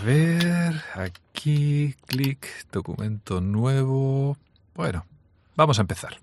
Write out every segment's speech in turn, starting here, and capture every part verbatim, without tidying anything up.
ver, aquí, clic, documento nuevo. Bueno, vamos a empezar.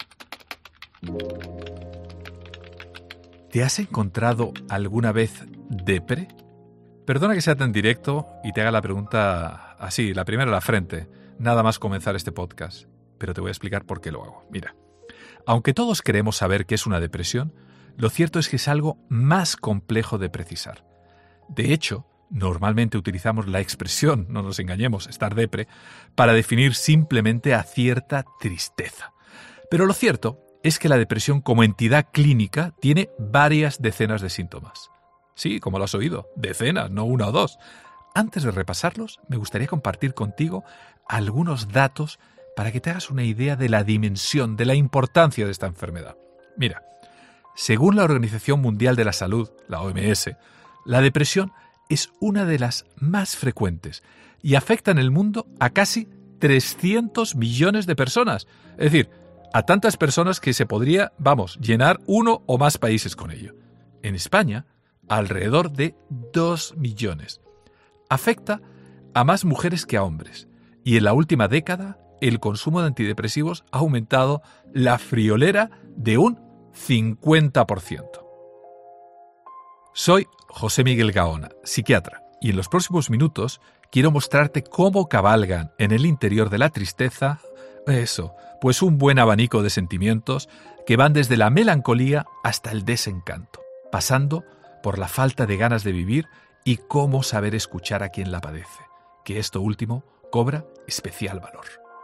¿Te has encontrado alguna vez depre? Perdona que sea tan directo y te haga la pregunta así, la primera a la frente, nada más comenzar este podcast, pero te voy a explicar por qué lo hago. Mira, aunque todos queremos saber qué es una depresión, lo cierto es que es algo más complejo de precisar. De hecho, normalmente utilizamos la expresión, no nos engañemos, estar depre, para definir simplemente a cierta tristeza. Pero lo cierto es que la depresión como entidad clínica tiene varias decenas de síntomas. Sí, como lo has oído, decenas, no una o dos. Antes de repasarlos, me gustaría compartir contigo algunos datos para que te hagas una idea de la dimensión, de la importancia de esta enfermedad. Mira, según la Organización Mundial de la Salud, la O M S, la depresión es una de las más frecuentes y afecta en el mundo a casi trescientos millones de personas. Es decir, a tantas personas que se podría, vamos, llenar uno o más países con ello. En España, alrededor de dos millones. Afecta a más mujeres que a hombres. Y en la última década, el consumo de antidepresivos ha aumentado la friolera de un cincuenta por ciento. Soy José Miguel Gaona, psiquiatra, y en los próximos minutos quiero mostrarte cómo cabalgan en el interior de la tristeza, eso, pues un buen abanico de sentimientos que van desde la melancolía hasta el desencanto, pasando por la falta de ganas de vivir y cómo saber escuchar a quien la padece, que esto último cobra especial valor.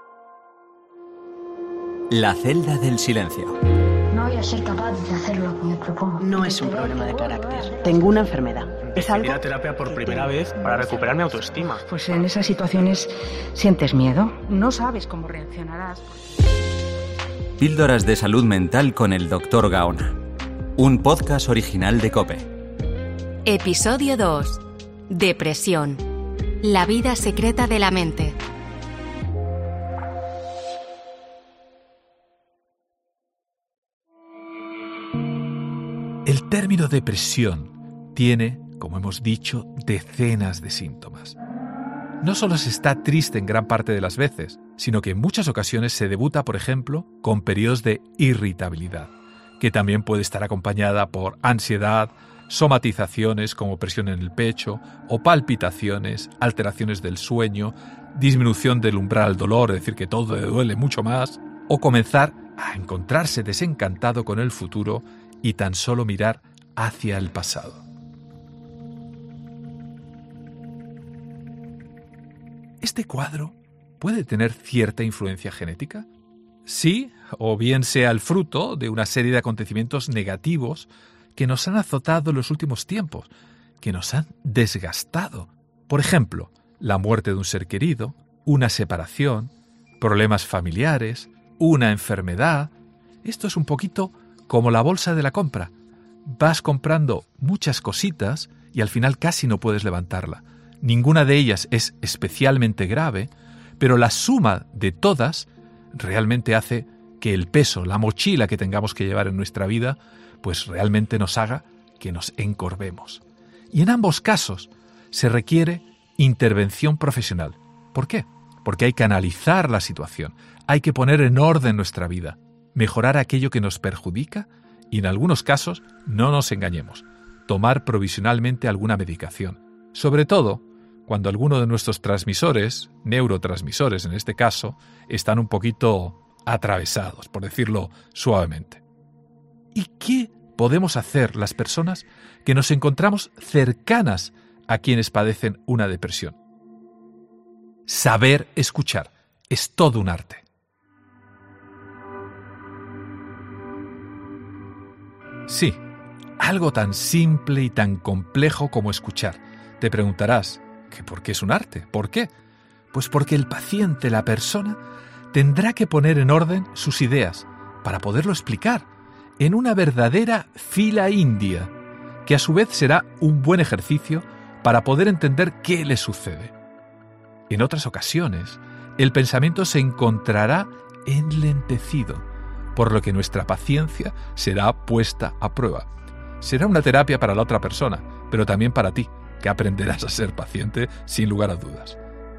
La celda del silencio. No voy a ser capaz de hacer lo que me propongo. No es un problema de carácter. Tengo una enfermedad. ¿Es algo? Decidí a terapia por primera vez para recuperar mi autoestima. Pues en esas situaciones sientes miedo. No sabes cómo reaccionarás. Píldoras de salud mental con el doctor Gaona. Un podcast original de COPE. Episodio dos. Depresión. La vida secreta de la mente. El término depresión tiene, como hemos dicho, decenas de síntomas. No solo se está triste en gran parte de las veces, sino que en muchas ocasiones se debuta, por ejemplo, con periodos de irritabilidad, que también puede estar acompañada por ansiedad, somatizaciones como presión en el pecho o palpitaciones, alteraciones del sueño, disminución del umbral al dolor, es decir, que todo le duele mucho más, o comenzar a encontrarse desencantado con el futuro y tan solo mirar hacia el pasado. ¿Este cuadro puede tener cierta influencia genética? Sí, o bien sea el fruto de una serie de acontecimientos negativos que nos han azotado en los últimos tiempos, que nos han desgastado. Por ejemplo, la muerte de un ser querido, una separación, problemas familiares, una enfermedad. Esto es un poquito como la bolsa de la compra. Vas comprando muchas cositas y al final casi no puedes levantarla. Ninguna de ellas es especialmente grave, pero la suma de todas realmente hace que el peso, la mochila que tengamos que llevar en nuestra vida, pues realmente nos haga que nos encorvemos. Y en ambos casos se requiere intervención profesional. ¿Por qué? Porque hay que analizar la situación, hay que poner en orden nuestra vida, mejorar aquello que nos perjudica y en algunos casos, no nos engañemos, tomar provisionalmente alguna medicación. Sobre todo cuando alguno de nuestros transmisores, neurotransmisores en este caso, están un poquito atravesados, por decirlo suavemente. ¿Y qué podemos hacer las personas que nos encontramos cercanas a quienes padecen una depresión? Saber escuchar es todo un arte. Sí, algo tan simple y tan complejo como escuchar. Te preguntarás, ¿que por qué es un arte? ¿Por qué? Pues porque el paciente, la persona, tendrá que poner en orden sus ideas para poderlo explicar en una verdadera fila india, que a su vez será un buen ejercicio para poder entender qué le sucede. En otras ocasiones, el pensamiento se encontrará enlentecido, por lo que nuestra paciencia será puesta a prueba. Será una terapia para la otra persona, pero también para ti, que aprenderás a ser paciente sin lugar a dudas.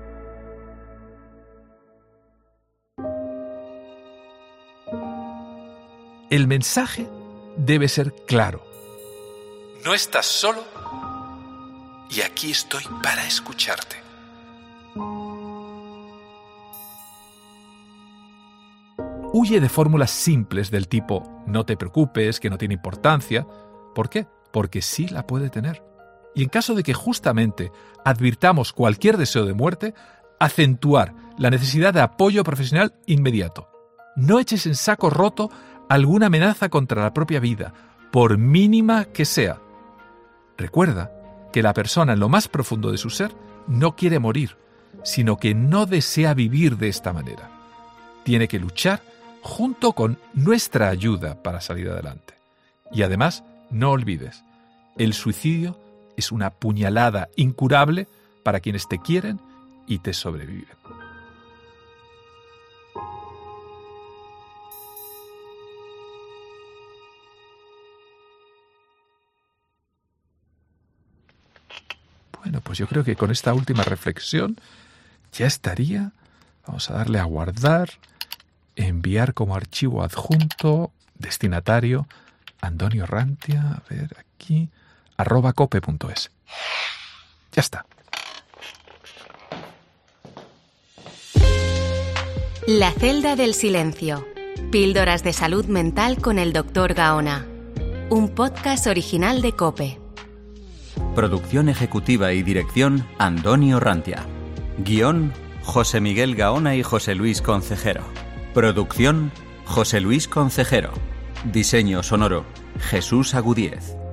El mensaje debe ser claro. No estás solo y aquí estoy para escucharte. Huye de fórmulas simples del tipo no te preocupes, que no tiene importancia. ¿Por qué? Porque sí la puede tener. Y en caso de que justamente advirtamos cualquier deseo de muerte, acentuar la necesidad de apoyo profesional inmediato. No eches en saco roto alguna amenaza contra la propia vida, por mínima que sea. Recuerda que la persona en lo más profundo de su ser no quiere morir, sino que no desea vivir de esta manera. Tiene que luchar junto con nuestra ayuda para salir adelante. Y además, no olvides, el suicidio es una puñalada incurable para quienes te quieren y te sobreviven. Bueno, pues yo creo que con esta última reflexión ya estaría. Vamos a darle a guardar, enviar como archivo adjunto, destinatario, Andonio Rantia, a ver aquí, arroba cope punto es. Ya está. La celda del silencio. Píldoras de salud mental con el doctor Gaona. Un podcast original de COPE. Producción ejecutiva y dirección, Andonio Rantia. Guión, José Miguel Gaona y José Luis Concejero. Producción, José Luis Concejero. Diseño sonoro, Jesús Agudíez.